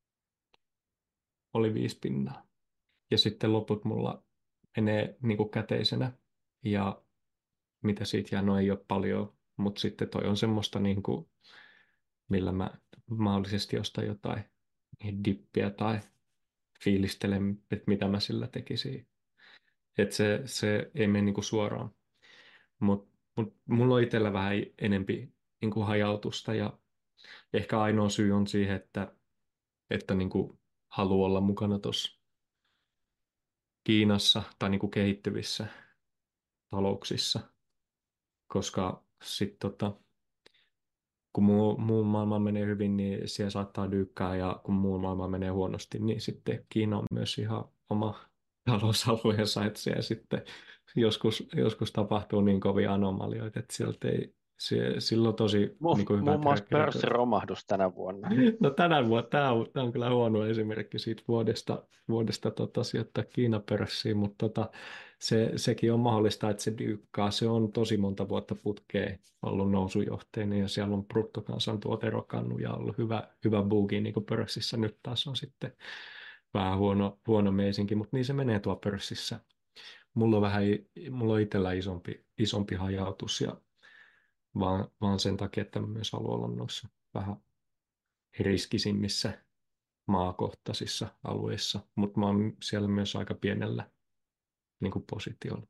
oli 5 pinnaa. Ja sitten loput mulla menee niin kuin käteisenä. Ja mitä siitä jää, no ei ole paljon, mutta sitten toi on semmoista, niin kuin, millä mä mahdollisesti ostan jotain dippiä tai fiilistelen, että mitä mä sillä tekisin. Että se ei mene niin kuin suoraan. Mut mulla on itsellä vähän enempi niin kuin hajautusta ja ehkä ainoa syy on siihen, että niin kuin haluaa olla mukana tuossa Kiinassa tai niin kuin kehittyvissä talouksissa, koska sitten kun muu maailma menee hyvin, niin siellä saattaa dyykkää, ja kun muu maailma menee huonosti, niin sitten Kiina on myös ihan oma talousalueensa, että siellä sitten joskus tapahtuu niin kovia anomalioita, että sieltä ei, sillä on tosi niin kuin hyvä
Muun muassa
track record.
pörssiromahdus tänä vuonna.
No tänä vuonna tämä on kyllä huono esimerkki siitä vuodesta sijoittaa Kiina-pörssiin, mutta sekin on mahdollista, että se dyykkaa. Se on tosi monta vuotta putkeen ollut nousujohteinen ja siellä on bruttokansantuote rokannut ja ollut hyvä boogi niin kuin pörssissä. Nyt taas on sitten vähän huono meisinki, mutta niin se menee tuo pörssissä. Mulla on itsellä isompi hajautus ja vaan sen takia, että mä myös haluan olla noissa vähän riskisimmissä maakohtaisissa alueissa, mutta mä oon siellä myös aika pienellä niin kuin positiolla.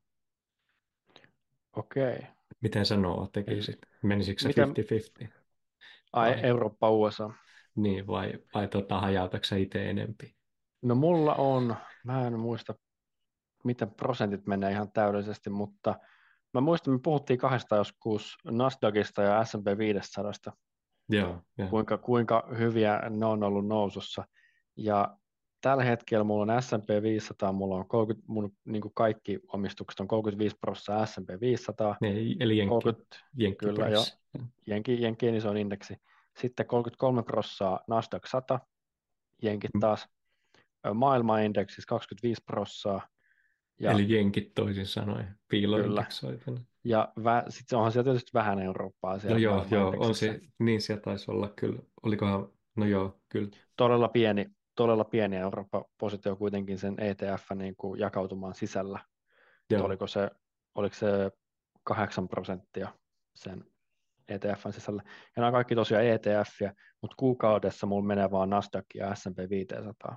Okei.
Miten sä Noa
Eli
tekisit? Menisikö se
miten,
50-50
ai
vai,
Eurooppa, USA.
niin, vai hajautatko sä itse enempi?
No mulla on, mä en muista miten prosentit menee ihan täydellisesti, mutta mä muistan, me puhuttiin kahdesta joskus Nasdaqista ja S&P 500,
Joo.
kuinka hyviä ne on ollut nousussa. Ja tällä hetkellä mulla on S&P 500, mulla on 30, mun niin kuin kaikki omistukset on 35% S&P 500,
Ne, eli
30, kyllä jo,
jenkkipörssi.
Jenkkien iso indeksi. Sitten 33% Nasdaq 100, jenkit taas. Maailmanindeksissä 25%, ja
Eli jenkit toisin sanoen,
kyllä.
piiloindeksoituna.
Ja sitten onhan siellä tietysti vähän Eurooppaa
No
siellä
joo, on
maailmanindeksissä.
se, niin siellä taisi olla kyllä. Olikohan, no joo, kyllä.
Todella pieni Eurooppa-positio kuitenkin sen ETF niin kuin jakautumaan sisällä. Että
Joo,
oliko se 8% sen ETFn sisällä. Ja nämä on kaikki tosiaan ETFiä, mutta kuukaudessa mulla menee vaan Nasdaq ja S&P 500.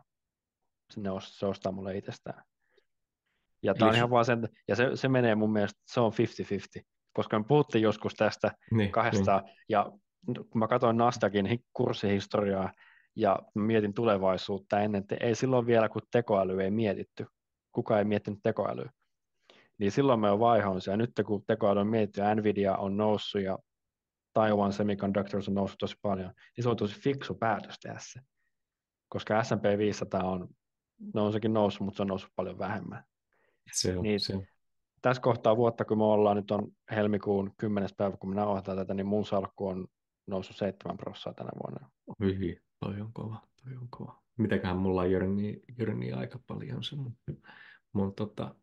Se ostaa mulle itsestään. Ja tämä
eli
on ihan vaan sen, ja se menee mun mielestä, se on 50-50, koska me puhuttiin joskus tästä
niin.
kahdesta, ja kun mä katsoin Nasdaqin kurssihistoriaa, ja mietin tulevaisuutta ennen, ei silloin vielä, kun tekoäly ei mietitty, kukaan ei miettinyt tekoälyä, niin silloin me on vaihoin se, ja nyt kun tekoäly on mietitty, ja Nvidia on noussut, ja Taiwan Semiconductors on noussut tosi paljon, niin se on tosi fiksu päätös tehdä se, koska S&P 500 on sekin noussut, mutta se on noussut paljon vähemmän. Niin
Se on
tässä kohtaa vuotta, kun me ollaan, nyt on helmikuun 10. päivä, kun me nauhoitetaan tätä, niin mun salkku on noussut 7% tänä vuonna.
hyvin. Toi on kova. Mitäköhän mulla on jörni aika paljon se mun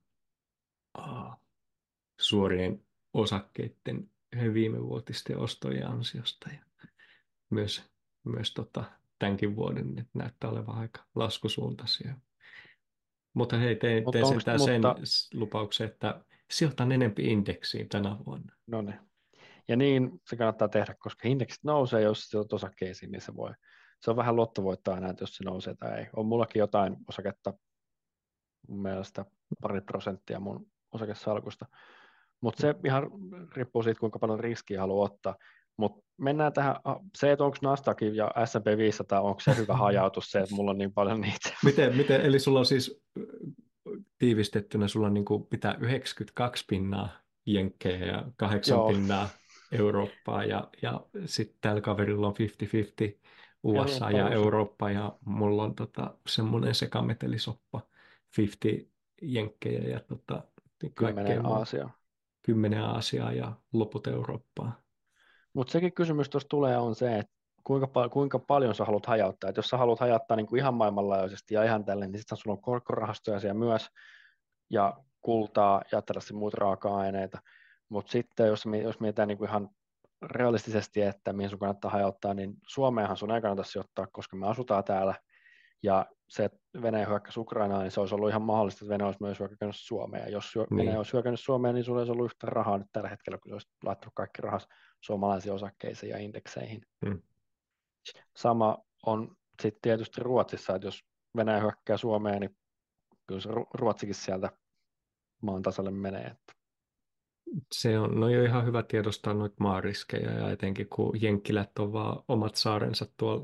aa, suorien osakkeiden viimevuotisten ostojen ansiosta ja myös, myös tämänkin vuoden ne näyttää olevan aika laskusuuntaisia. Mutta hei, teen sentään sen
Mutta
lupauksen, että sijoitan enempi indeksiin tänä vuonna.
no niin. Ja niin se kannattaa tehdä, koska indeksit nousee, jos se on osakkeisiin, niin se on vähän lottovoittoa aina, että jos se nousee tai ei. On mullakin jotain osaketta, mun mielestä 2% mun osakesalkusta. Mutta se ihan riippuu siitä, kuinka paljon riskiä haluaa ottaa. Mutta mennään tähän, se, että onko Nasdaq ja S&P 500, onko se hyvä hajautus, se, että mulla on niin paljon niitä.
Eli sulla on siis tiivistettynä, sulla on niin kuin pitää 92 pinnaa jenkkejä ja 8
Joo,
pinnaa Eurooppaa ja sitten tällä kaverilla on 50-50 USA
Eurooppa,
ja
USA,
Eurooppa ja mulla on semmoinen sekametelisoppa 50 jenkkejä ja kaikkea
10
muuta.
Aasia.
10 Aasiaa ja loput Eurooppaa.
Mutta sekin kysymys tuossa tulee on se, että kuinka paljon sä haluat hajauttaa. Et jos sä haluat hajauttaa niin kuin ihan maailmanlaajuisesti ja ihan tälleen, niin sitten sulla on korkorahastoja siellä myös ja kultaa ja tällaisia muita raaka-aineita. Mutta sitten jos mietitään niin kuin ihan realistisesti, että mihin sun kannattaa hajauttaa, niin Suomeenhan sun ei kannata sijoittaa, koska me asutaan täällä. Ja se, että Venäjä hyökkäsi Ukrainaan, niin se olisi ollut ihan mahdollista, että Venäjä olisi myös hyökännyt Suomeen. Ja jos Venäjä
Niin,
olisi hyökännyt Suomeen, niin sulla olisi ollut yhtä rahaa nyt tällä hetkellä, kun se olisi laittanut kaikki rahas suomalaisiin osakkeisiin ja indekseihin.
mm.
Sama on sitten tietysti Ruotsissa, että jos Venäjä hyökkää Suomeen, niin kyllä se Ruotsikin sieltä maan tasalle menee. Että.
Se on no jo ihan hyvä tiedostaa noita maariskejä ja etenkin kun jenkkilät on vaan omat saarensa tuolla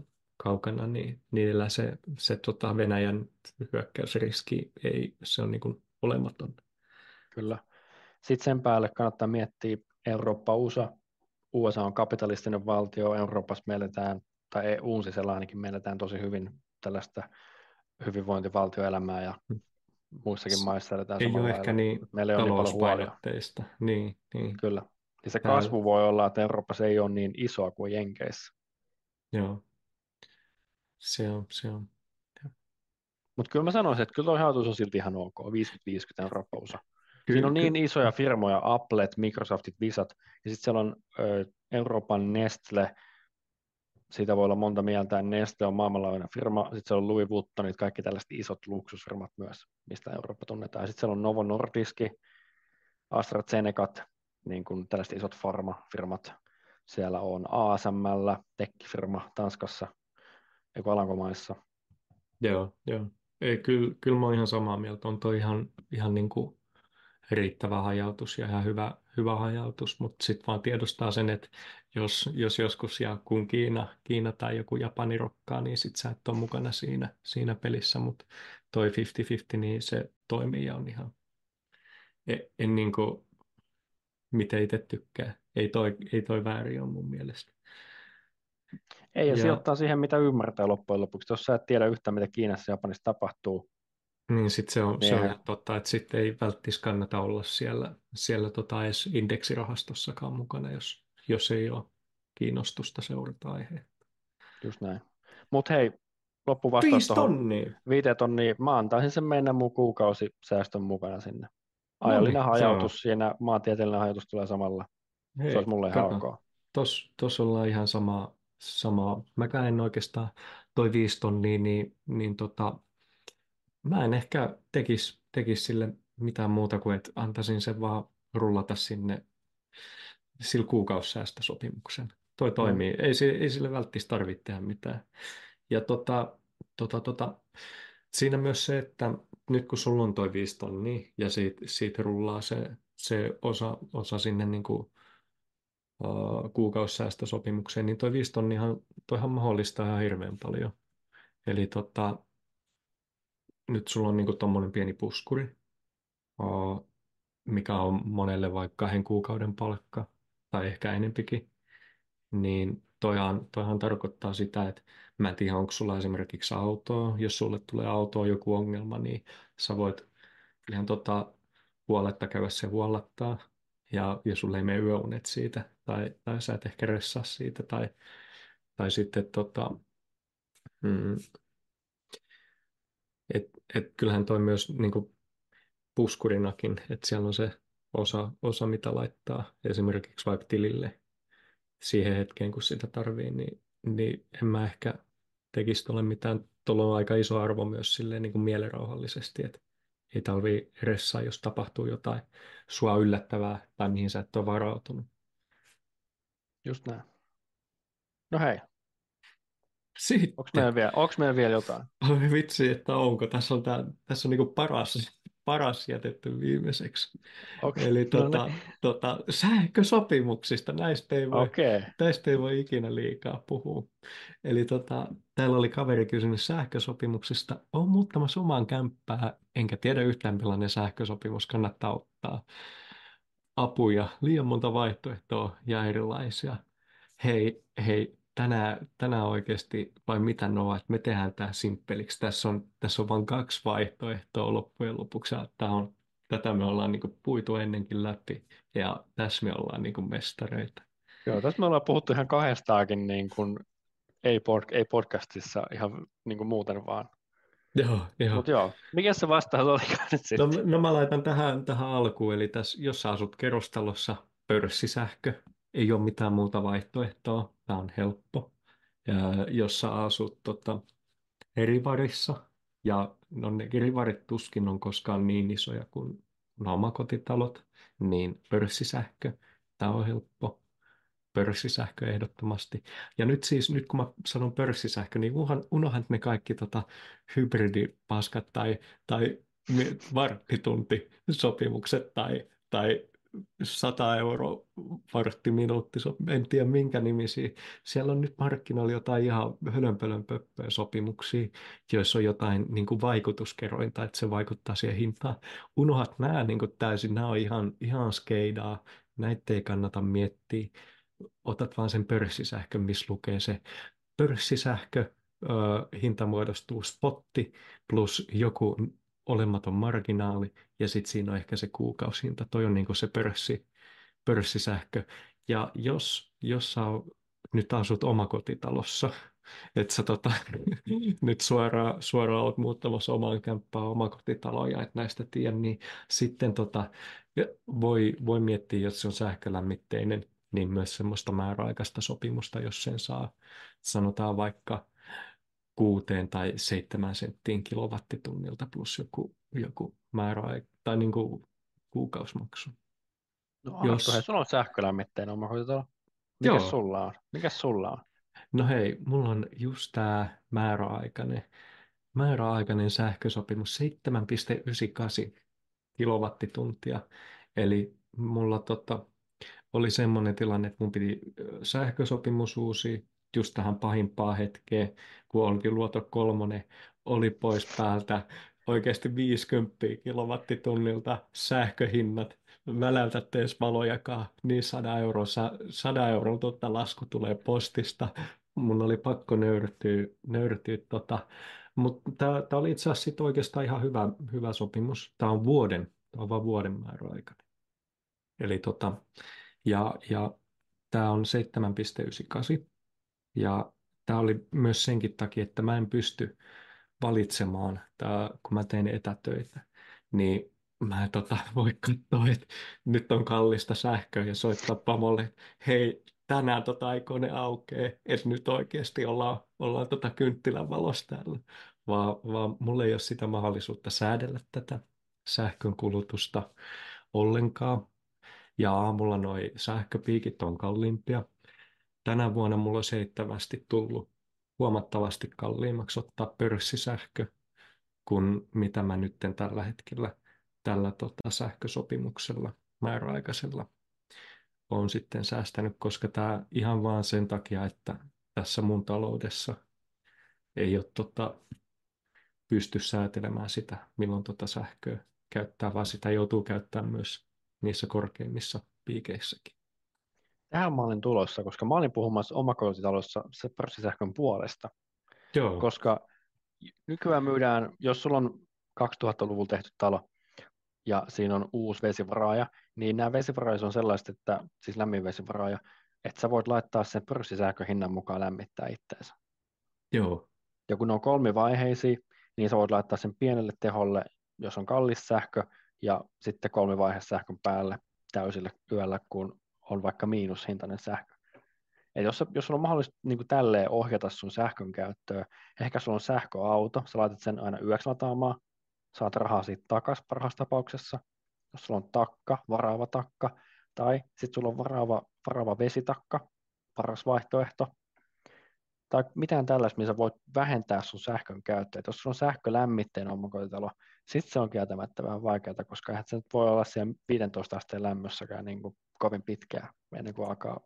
kaukana, niin niillä se Venäjän hyökkäysriski ei, se on niin kuin olematon.
Kyllä. Sitten sen päälle kannattaa miettiä Eurooppa, USA. USA on kapitalistinen valtio, Euroopassa me eletään, tai EUn sisällä ainakin me eletään tosi hyvin tällaista hyvinvointivaltioelämää ja muissakin
S-
maissa eletään
Ei ole
samalla
ehkä
lailla.
niin
Meillä ei ole niin paljon huolia.
talouspainotteista. Niin, niin.
Kyllä. Ja se
Täällä,
kasvu voi olla, että Euroopassa ei ole niin isoa kuin Jenkeissä.
joo, se on.
Mutta kyllä mä sanoisin, että kyllä tuo rahoitus on silti ihan ok, 50-50 Eurooppa USA. Siinä
Kyllä,
on niin
ky,
isoja firmoja, Applet, Microsoftit, Visat, ja sitten siellä on Euroopan Nestle, siitä voi olla monta mieltä, Nestle on maailmanlaajuinen firma, sitten siellä on Louis Vuittonit, kaikki tällaiset isot luksusfirmat myös, mistä Eurooppa tunnetaan. Sitten siellä on Novo Nordisk, AstraZenecat, niin kuin tällaiset isot farmafirmat. Siellä on ASML, tekkifirma Tanskassa, eikö Alankomaissa.
joo. Ei, kyllä mä oon ihan samaa mieltä. On toi ihan niin kuin riittävä hajautus ja ihan hyvä hajautus, mutta sitten vaan tiedostaa sen, että jos joskus ja kun Kiina tai joku Japani rokkaa, niin sit sä et ole mukana siinä pelissä, mutta toi 50-50, niin se toimii ja on ihan, en niin kuin, miten itse tykkää. Ei toi väärin ole mun mielestä.
Ei, ja
Ja
sijoittaa siihen, mitä ymmärtää loppujen lopuksi. Jos sä et tiedä yhtään, mitä Kiinassa ja Japanissa tapahtuu,
niin sitten se on,
niin
se on
eihän,
ihan totta, että sitten ei välttis kannata olla siellä edes indeksirahastossakaan mukana, jos ei ole kiinnostusta seurata aiheen.
just näin. Mutta hei, loppuvastaus
5
tuohon
tonnia.
5 tonnia, mä antaisin sen mennä mun kuukausisäästön mukana sinne.
No niin,
Ajallinen
se on.
hajautus siinä, maantieteellinen hajautus tulee samalla. Se olisi
Hei,
mulle ihan ok.
kato. Tos ollaan ihan samaa. Mäkään en oikeastaan toi 5 tonnia, niin mä en ehkä tekis sille mitään muuta kuin, että antaisin sen vaan rullata sinne sillä kuukausisäästösopimuksen. Toi
Mm.
toimii. Ei sille välttis tarvitse tehdä mitään. Ja tota, tota, siinä myös se, että nyt kun sulla on toi 5 tonnia ja siitä rullaa se osa sinne niin kuin kuukausisäästösopimukseen, niin toi 5 tonnihan, toihan mahdollistaa ihan hirveän paljon. Eli nyt sulla on niinku tommonen pieni puskuri, mikä on monelle vaikka 2 kuukauden palkka tai ehkä enempikin, niin toihan tarkoittaa sitä, että mä en tiedä, onko sulla esimerkiksi autoa. Jos sulle tulee autoon joku ongelma, niin sä voit ihan huoletta käydä se huollattaa. Ja sulle ei mene yöunet siitä, tai sä et ehkä ressaa siitä, tai sitten mm, et kyllähän toi myös niin kuin puskurinakin, että siellä on se osa, mitä laittaa esimerkiksi vaikka tilille siihen hetkeen, kun sitä tarvii, niin en mä ehkä tekisi tuolle mitään. Tuolla on aika iso arvo myös silleen niin kuin mielenrauhallisesti, että ei tarvii ressaa, jos tapahtuu jotain sua yllättävää tai mihin sä et ole varautunut.
Just näin. No hei,
Sitten,
onko meillä vielä jotain?
oi vitsi, että onko. Tässä on niin kuin paras jätetty viimeiseksi. Eli
No niin,
sähkösopimuksista,
okei.
näistä ei voi ikinä liikaa puhua. Eli täällä oli kaveri kysynyt sähkösopimuksista. Olen muuttamassa omaan kämppää, enkä tiedä yhtään millainen sähkösopimus kannattaa ottaa. Apuja, liian monta vaihtoehtoa ja erilaisia. Hei, tänään oikeasti, vai mitä ne ovat, me tehdään tämä simppeliksi. Tässä on vain 2 vaihtoehtoa loppujen lopuksi. Ja tätä me ollaan niinku puitu ennenkin läpi, ja tässä me ollaan niinku mestareita.
Joo, tässä me ollaan puhuttu ihan kahdestaakin, niin kuin, ei podcastissa ihan niin kuin muuten vaan.
Joo.
Mutta joo, mikä se vastaus olikaan nyt
No,
sitten?
no mä laitan tähän alkuun, eli tässä, jos sä asut kerrostalossa, pörssisähkö, ei ole mitään muuta vaihtoehtoa, tämä on helppo. Ja jos sä asut rivarissa, ja no ne rivarit tuskin on koskaan niin isoja kuin omakotitalot, niin pörssisähkö, tämä on helppo. Pörssisähkö ehdottomasti. Ja nyt kun mä sanon pörssisähkö, niin unohan ne kaikki hybridipaskat tai varttituntisopimukset tai 100 € vartti-minuutti, en tiedä minkä nimisiä. Siellä on nyt markkinoilla jotain ihan hölönpölön pöppöä sopimuksia, joissa on jotain niin kuin vaikutuskerrointa, että se vaikuttaa siihen hintaan. Unohat nämä niin kuin täysin, nämä on ihan skeidaa, näitä ei kannata miettiä. Otat vaan sen pörssisähkön, missä lukee se pörssisähkö, hinta muodostuu spotti plus joku olematon marginaali, ja sitten siinä on ehkä se kuukausihinta. Toi on niinku se pörssisähkö. Ja jos nyt asut omakotitalossa, että sä nyt suoraan oot muuttamassa omaan kämppään omakotitaloon ja et näistä tiedä, niin sitten voi miettiä, jos se on sähkölämmitteinen, niin myös semmoista määräaikaista sopimusta, jos sen saa, sanotaan vaikka 6 tai 7 senttiin kilowattitunnilta plus joku määräaika tai niin kuin kuukausimaksu.
No Arttu, hei,
Jos,
sulla on sähkölämmitteinen omakotitalo. Mikäs
joo,
sulla on? Mikäs sulla on?
no hei, mulla on just tämä määräaikainen sähkösopimus 7,98 kilowattituntia. Eli mulla oli semmoinen tilanne, että mun piti sähkösopimus uusi just tähän pahimpaan hetkeen, kun Olkiluoto kolmonen oli pois päältä. Oikeasti 50 kilowattitunnilta sähköhinnat. Väläytätte edes valojakaan, niin 100 euron lasku tulee postista. Mun oli pakko nöyrtyä mutta tämä oli itse asiassa sit oikeastaan ihan hyvä sopimus. Tämä on vain vuoden määräaika. Eli ja tämä on 7,98. Ja tämä oli myös senkin takia, että mä en pysty valitsemaan, kun mä teen etätöitä, niin mä en voi katsoa, että nyt on kallista sähköä ja soittaa Pamolle, että hei, tänään ei kone aukee, että nyt oikeasti ollaan kynttilän valossa täällä, vaan mulla ei ole sitä mahdollisuutta säädellä tätä sähkön kulutusta ollenkaan. Ja aamulla noi sähköpiikit on kalliimpia. Tänä vuonna mulla on seittävästi tullut huomattavasti kalliimmaksi ottaa pörssisähkö kuin mitä mä nyt tällä hetkellä tällä sähkösopimuksella määräaikaisella on sitten säästänyt, koska tämä ihan vaan sen takia, että tässä mun taloudessa ei ole pysty säätelemään sitä, milloin sähköä käyttää, vaan sitä joutuu käyttämään myös niissä korkeimmissa piikeissäkin.
Tähän mä olin tulossa, koska mä olin puhumassa omakotitalossa se pörssisähkön puolesta,
Joo,
koska nykyään myydään, jos sulla on 2000-luvulla tehty talo ja siinä on uusi vesivaraaja, niin nämä vesivaraaja on sellaiset, että, siis lämmin vesivaraaja, että sä voit laittaa sen pörssisähkön hinnan mukaan lämmittää itseensä.
joo,
Ja kun ne on kolmivaiheisia, niin sä voit laittaa sen pienelle teholle, jos on kallis sähkö, ja sitten sähkön päälle täysille yöllä, kun on vaikka miinushintainen sähkö. Et jos sulla on mahdollista niin kuin tälleen ohjata sun sähkön käyttöä, ehkä sulla on sähköauto, sä laitat sen aina 9 lataamaan, saat rahaa siitä takaisin parhaassa tapauksessa. Jos sulla on takka, varaava takka, tai sitten sulla on varaava vesitakka, paras vaihtoehto, tai mitään tällaista, missä voit vähentää sun sähkön käyttöä. Et jos sulla on sähkölämmitteinen omakotitalo, sitten se on kieltämättä vähän vaikeaa, koska eihän se nyt voi olla siellä 15 asteen lämmössäkään niin kuin kovin pitkään, ennen kuin alkaa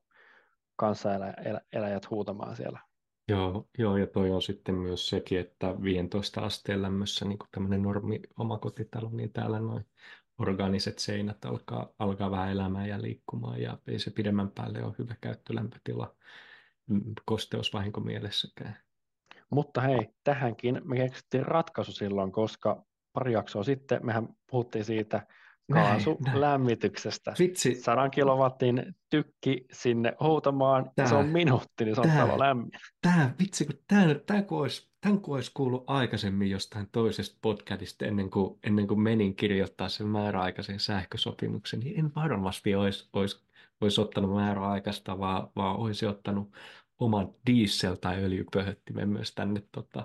kanssaeläjät huutamaan siellä.
joo, ja toi on sitten myös sekin, että 15 asteen lämmössä niin kuin tämmöinen normi omakotitalo, niin täällä noin orgaaniset seinät alkaa vähän elämään ja liikkumaan, ja ei se pidemmän päälle ole hyvä käyttölämpötila kosteusvahinko mielessäkään.
Mutta hei, tähänkin me keksittiin ratkaisu silloin, koska pari jaksoa sitten mehän puhuttiin siitä
Näin.
kaasulämmityksestä.
Vitsi,
100 kilowattin tykki sinne huutamaan, ja se on
tää,
minuutti, niin se on talo
tää,
lämmin.
vitsi, kun tämän kun olisi kuullut aikaisemmin jostain toisesta podcastista ennen kuin menin kirjoittaa sen määräaikaisen sähkösopimuksen, niin en varmasti olisi ottanut määräaikaista, vaan olisi ottanut oman diesel- tai öljypöhöttimen myös tänne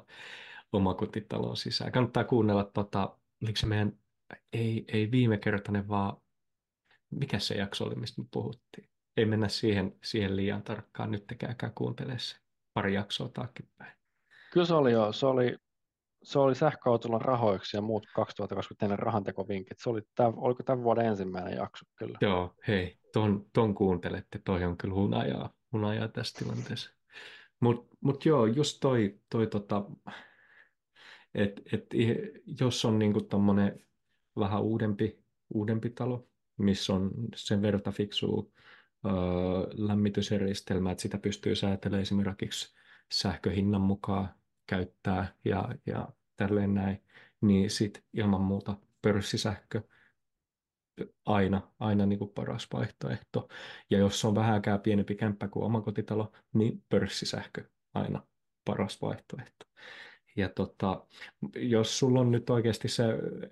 omakotitalon sisään. Kannattaa kuunnella, oliko se meidän, ei viimekertainen, vaan mikä se jakso oli, mistä me puhuttiin. Ei mennä siihen liian tarkkaan, nyt tekääkää kuuntele se pari jaksoa taaksepäin.
Kyllä se oli jo, se oli sähköautolla rahoiksi ja muut 2024 rahantekovinkit. Se oli oliko tämän vuoden ensimmäinen jakso kyllä.
Joo, hei, ton kuuntelette, toi on kyllä hunajaa tässä tilanteessa. Mut joo, just toi jos on niinku tommonen vähän uudempi talo, missä on sen verta fiksua lämmitysjärjestelmää, että sitä pystyy säätelemään esimerkiksi sähköhinnan mukaan käyttää ja tälleen näin, niin sit ilman muuta pörssisähkö aina niin kuin paras vaihtoehto. Ja jos on vähänkään pienempi kämppä kuin omakotitalo, niin pörssisähkö aina paras vaihtoehto. Ja jos sulla on nyt oikeasti se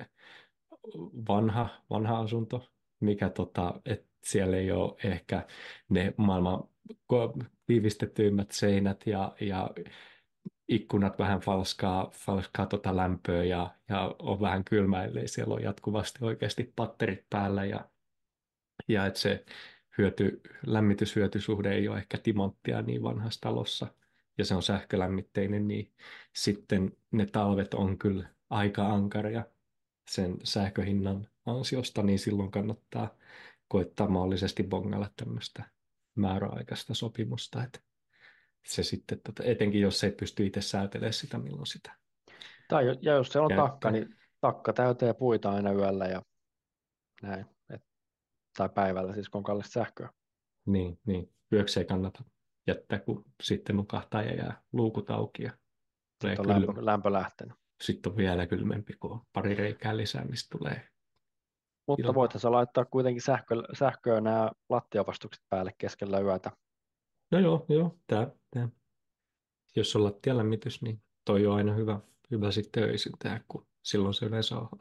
vanha asunto, mikä että siellä ei ole ehkä ne maailman tiivistetyimmät seinät ja ikkunat vähän falskaa lämpöä ja on vähän kylmä, ellei siellä ole jatkuvasti oikeasti patterit päällä ja että se lämmityshyötysuhde ei ole ehkä timanttia niin vanhassa talossa ja se on sähkölämmitteinen, niin sitten ne talvet on kyllä aika ankaria sen sähköhinnan ansiosta, niin silloin kannattaa koettaa mahdollisesti bongalla tämmöistä määräaikaista sopimusta, että se sitten, etenkin jos ei pysty itse säätelemään sitä, milloin sitä
Ja jos siellä on takka,
käyttää.
niin takka täyteen puita aina yöllä ja näin. Tai päivällä siis, kun on kallista sähköä.
Niin. Yöksi ei kannata jättää, kun sitten nukahtaa ja jää luukut auki ja tulee
Sitten on
kylmä.
lämpö lähtenyt.
Sitten on vielä kylmempi, kun on pari reikää lisää, mistä tulee
Mutta
ilma.
voithan sä laittaa kuitenkin sähköä nämä lattiavastukset päälle keskellä yötä.
No joo, tää. Jos on lattialämmitys, niin toi on aina hyvä sitten öisin tehdä, kun silloin se yleensä on.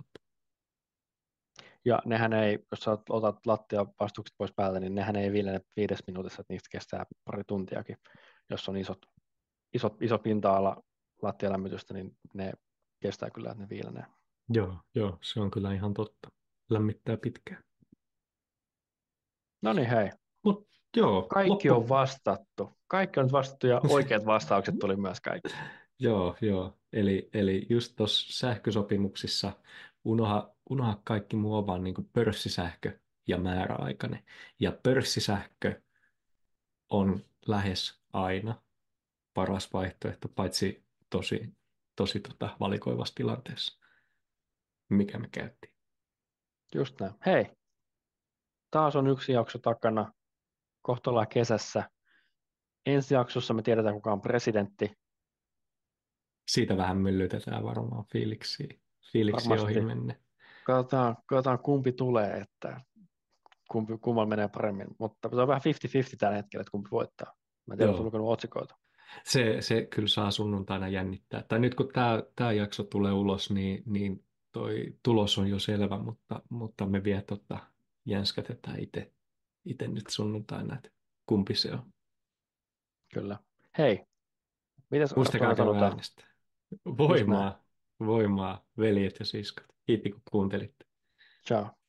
Ja nehän ei, jos sä otat lattiavastukset pois päältä, niin nehän ei viilene 5 minuutissa, että niistä kestää pari tuntiakin. Jos on iso pinta-ala lattialämmitystä, niin ne kestää kyllä, että ne viilenee.
Joo, se on kyllä ihan totta. Lämmittää pitkään.
No niin, hei.
Mut joo,
Kaikki on vastattu. Kaikki on nyt vastattu ja oikeat vastaukset tuli myös kaikki.
Joo. Eli just tuossa sähkösopimuksissa unoha kaikki muu on vaan niin kuin pörssisähkö ja määräaikainen. Ja pörssisähkö on lähes aina paras vaihtoehto, paitsi tosi valikoivassa tilanteessa, mikä me käytiin.
Just näin. Hei, taas on yksi jakso takana. Kohta ollaan kesässä. Ensi jaksossa me tiedetään, kuka on presidentti.
Siitä vähän myllytetään varmaan fiiliksi ohi
Varmasti
menne.
katsotaan kumpi tulee, että kummalla menee paremmin. Mutta se on vähän 50-50 tällä hetkellä, että kumpi voittaa. Mä en tiedä, oletko
Joo,
lukenut otsikoita.
se kyllä saa sunnuntaina jännittää. Tai nyt kun tämä jakso tulee ulos, niin toi tulos on jo selvä, mutta me vielä jänskätetään itse nyt sunnuntaina, että kumpi se on.
Kyllä. Hei, mitäs
Muistakaa käydä
sanotaan?
äänestää.
Just näin.
Voimaa, veljet ja siskot. Kiitti kun kuuntelitte.
Ciao.